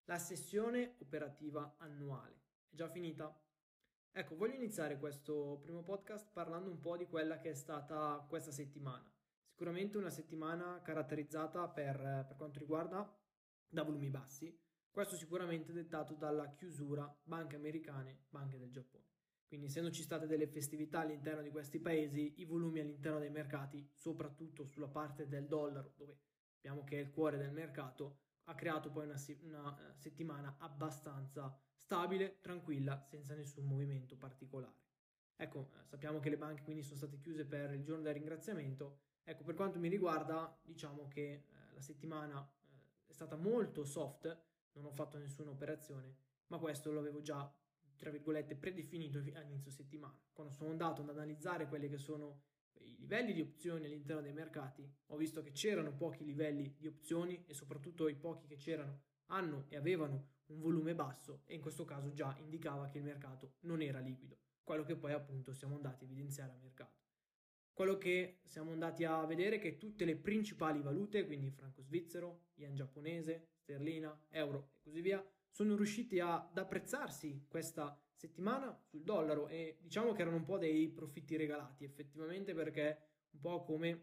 la sessione operativa annuale. È già finita? Ecco, voglio iniziare questo primo podcast parlando un po' di quella che è stata questa settimana. Sicuramente una settimana caratterizzata per quanto riguarda da volumi bassi, questo sicuramente dettato dalla chiusura banche americane, banche del Giappone. Quindi essendoci state delle festività all'interno di questi paesi, i volumi all'interno dei mercati, soprattutto sulla parte del dollaro, dove abbiamo che è il cuore del mercato, ha creato poi una settimana abbastanza stabile, tranquilla, senza nessun movimento particolare. Ecco, sappiamo che le banche quindi sono state chiuse per il giorno del ringraziamento. Ecco, per quanto mi riguarda, diciamo che la settimana è stata molto soft, non ho fatto nessuna operazione, ma questo lo avevo già, tra virgolette, predefinito all'inizio settimana. Quando sono andato ad analizzare quelli che sono i livelli di opzioni all'interno dei mercati, ho visto che c'erano pochi livelli di opzioni e soprattutto i pochi che c'erano hanno e avevano un volume basso e in questo caso già indicava che il mercato non era liquido, quello che poi appunto siamo andati a evidenziare al mercato. Quello che siamo andati a vedere è che tutte le principali valute, quindi franco svizzero, yen giapponese, sterlina, euro e così via, sono riusciti ad apprezzarsi questa settimana sul dollaro e diciamo che erano un po' dei profitti regalati effettivamente, perché un po' come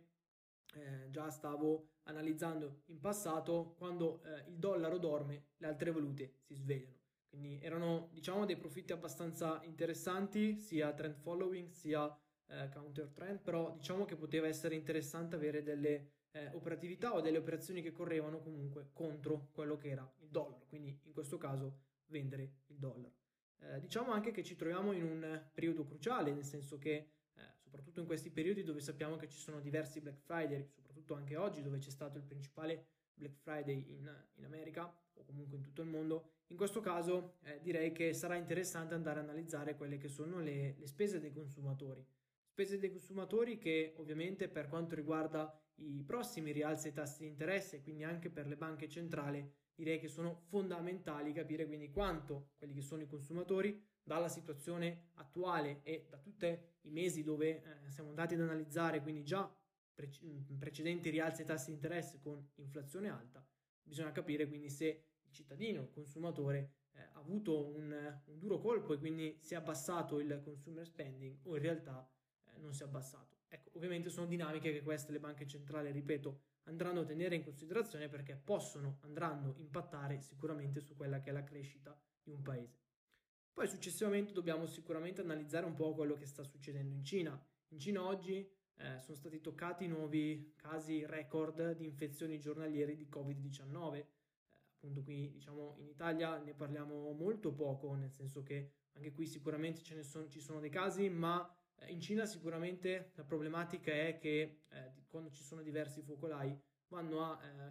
già stavo analizzando in passato, quando il dollaro dorme le altre valute si svegliano, quindi erano diciamo dei profitti abbastanza interessanti sia trend following sia counter trend, però diciamo che poteva essere interessante avere delle operatività o delle operazioni che correvano comunque contro quello che era il dollaro, quindi in questo caso vendere il dollaro. Diciamo anche che ci troviamo in un periodo cruciale, nel senso che soprattutto in questi periodi dove sappiamo che ci sono diversi Black Friday, soprattutto anche oggi dove c'è stato il principale Black Friday in America o comunque in tutto il mondo, in questo caso direi che sarà interessante andare a analizzare quelle che sono le spese dei consumatori. Spese dei consumatori che ovviamente per quanto riguarda i prossimi rialzi dei tassi di interesse, quindi anche per le banche centrali, direi che sono fondamentali capire quindi quanto quelli che sono i consumatori dalla situazione attuale e da tutti i mesi dove siamo andati ad analizzare quindi già precedenti rialzi dei tassi di interesse con inflazione alta, bisogna capire quindi se il cittadino, il consumatore ha avuto un duro colpo e quindi si è abbassato il consumer spending o in realtà non si è abbassato. Ecco, ovviamente sono dinamiche che queste le banche centrali, ripeto, andranno a tenere in considerazione perché andranno a impattare sicuramente su quella che è la crescita di un paese. Poi successivamente dobbiamo sicuramente analizzare un po' quello che sta succedendo in Cina. In Cina oggi sono stati toccati nuovi casi record di infezioni giornaliere di Covid-19. Appunto qui diciamo in Italia ne parliamo molto poco, nel senso che anche qui sicuramente ci sono dei casi, ma in Cina sicuramente la problematica è che quando ci sono diversi focolai vanno a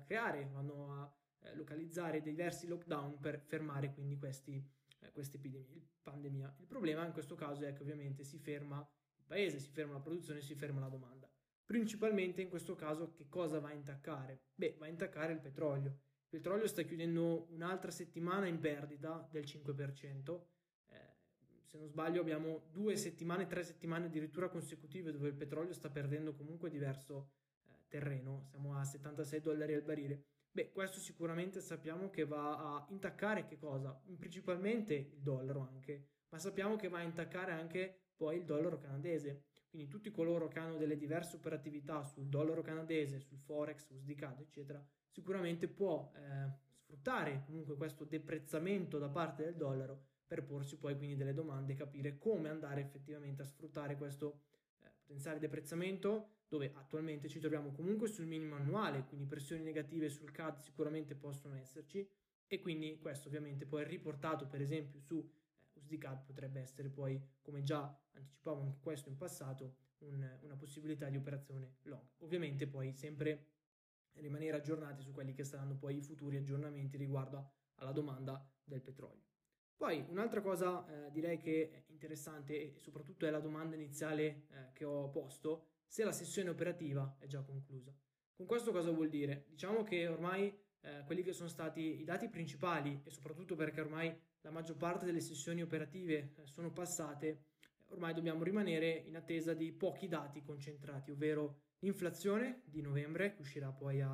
localizzare diversi lockdown per fermare quindi questa pandemia. Il problema in questo caso è che ovviamente si ferma il paese, si ferma la produzione, si ferma la domanda. Principalmente in questo caso che cosa va a intaccare? Beh, va a intaccare il petrolio. Il petrolio sta chiudendo un'altra settimana in perdita del 5%. Se non sbaglio abbiamo 3 settimane addirittura consecutive dove il petrolio sta perdendo comunque diverso terreno, siamo a $76 al barile. Beh, questo sicuramente sappiamo che va a intaccare che cosa? Principalmente il dollaro anche, ma sappiamo che va a intaccare anche poi il dollaro canadese. Quindi tutti coloro che hanno delle diverse operatività sul dollaro canadese, sul forex, USD-CAD, eccetera, sicuramente può sfruttare comunque questo deprezzamento da parte del dollaro per porsi poi quindi delle domande e capire come andare effettivamente a sfruttare questo potenziale deprezzamento, dove attualmente ci troviamo comunque sul minimo annuale, quindi pressioni negative sul CAD sicuramente possono esserci e quindi questo ovviamente poi riportato per esempio su USD-CAD potrebbe essere poi, come già anticipavo anche questo in passato, una possibilità di operazione long. Ovviamente poi sempre rimanere aggiornati su quelli che saranno poi i futuri aggiornamenti riguardo alla domanda del petrolio. Poi un'altra cosa direi che è interessante e soprattutto è la domanda iniziale che ho posto, se la sessione operativa è già conclusa. Con questo cosa vuol dire? Diciamo che ormai quelli che sono stati i dati principali e soprattutto perché ormai la maggior parte delle sessioni operative sono passate, ormai dobbiamo rimanere in attesa di pochi dati concentrati, ovvero l'inflazione di novembre che uscirà poi a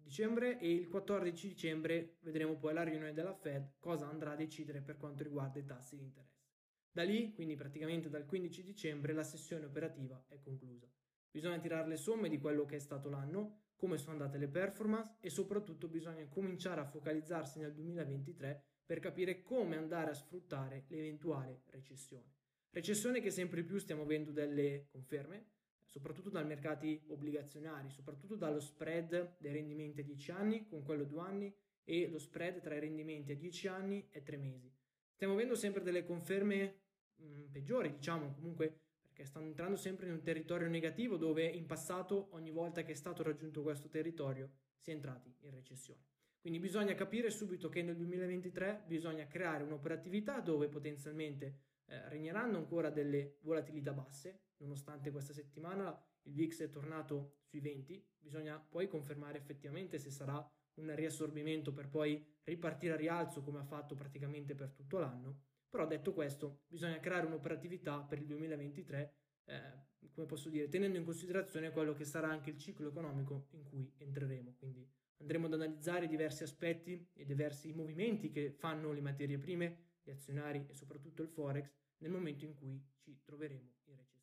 dicembre e il 14 dicembre vedremo poi la riunione della Fed cosa andrà a decidere per quanto riguarda i tassi di interesse. Da lì, quindi praticamente dal 15 dicembre, la sessione operativa è conclusa. Bisogna tirare le somme di quello che è stato l'anno, come sono andate le performance e soprattutto bisogna cominciare a focalizzarsi nel 2023 per capire come andare a sfruttare l'eventuale recessione. Recessione che sempre più stiamo avendo delle conferme, soprattutto dai mercati obbligazionari, soprattutto dallo spread dei rendimenti a 10 anni con quello a 2 anni e lo spread tra i rendimenti a 10 anni e 3 mesi. Stiamo avendo sempre delle conferme peggiori, diciamo, comunque perché stanno entrando sempre in un territorio negativo dove in passato ogni volta che è stato raggiunto questo territorio si è entrati in recessione. Quindi bisogna capire subito che nel 2023 bisogna creare un'operatività dove potenzialmente regneranno ancora delle volatilità basse, nonostante questa settimana il VIX è tornato sui 20, bisogna poi confermare effettivamente se sarà un riassorbimento per poi ripartire a rialzo come ha fatto praticamente per tutto l'anno. Però detto questo, bisogna creare un'operatività per il 2023, come posso dire, tenendo in considerazione quello che sarà anche il ciclo economico in cui entreremo. Quindi andremo ad analizzare diversi aspetti e diversi movimenti che fanno le materie prime, gli azionari e soprattutto il Forex nel momento in cui ci troveremo in recessione.